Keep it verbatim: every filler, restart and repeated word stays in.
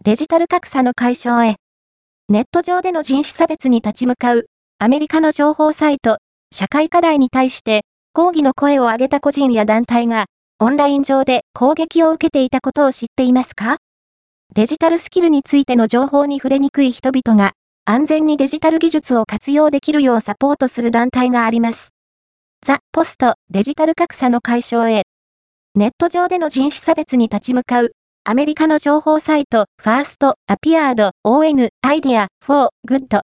デジタル格差の解消へ。ネット上での人種差別に立ち向かう、アメリカの情報サイト、社会課題に対して、抗議の声を上げた個人や団体が、オンライン上で攻撃を受けていたことを知っていますか？デジタルスキルについての情報に触れにくい人々が、安全にデジタル技術を活用できるようサポートする団体があります。ザ・ポスト、デジタル格差の解消へ。ネット上での人種差別に立ち向かう、アメリカの情報サイト、ファースト、アピアード、オーエヌ、アイデア、フォー、グッド、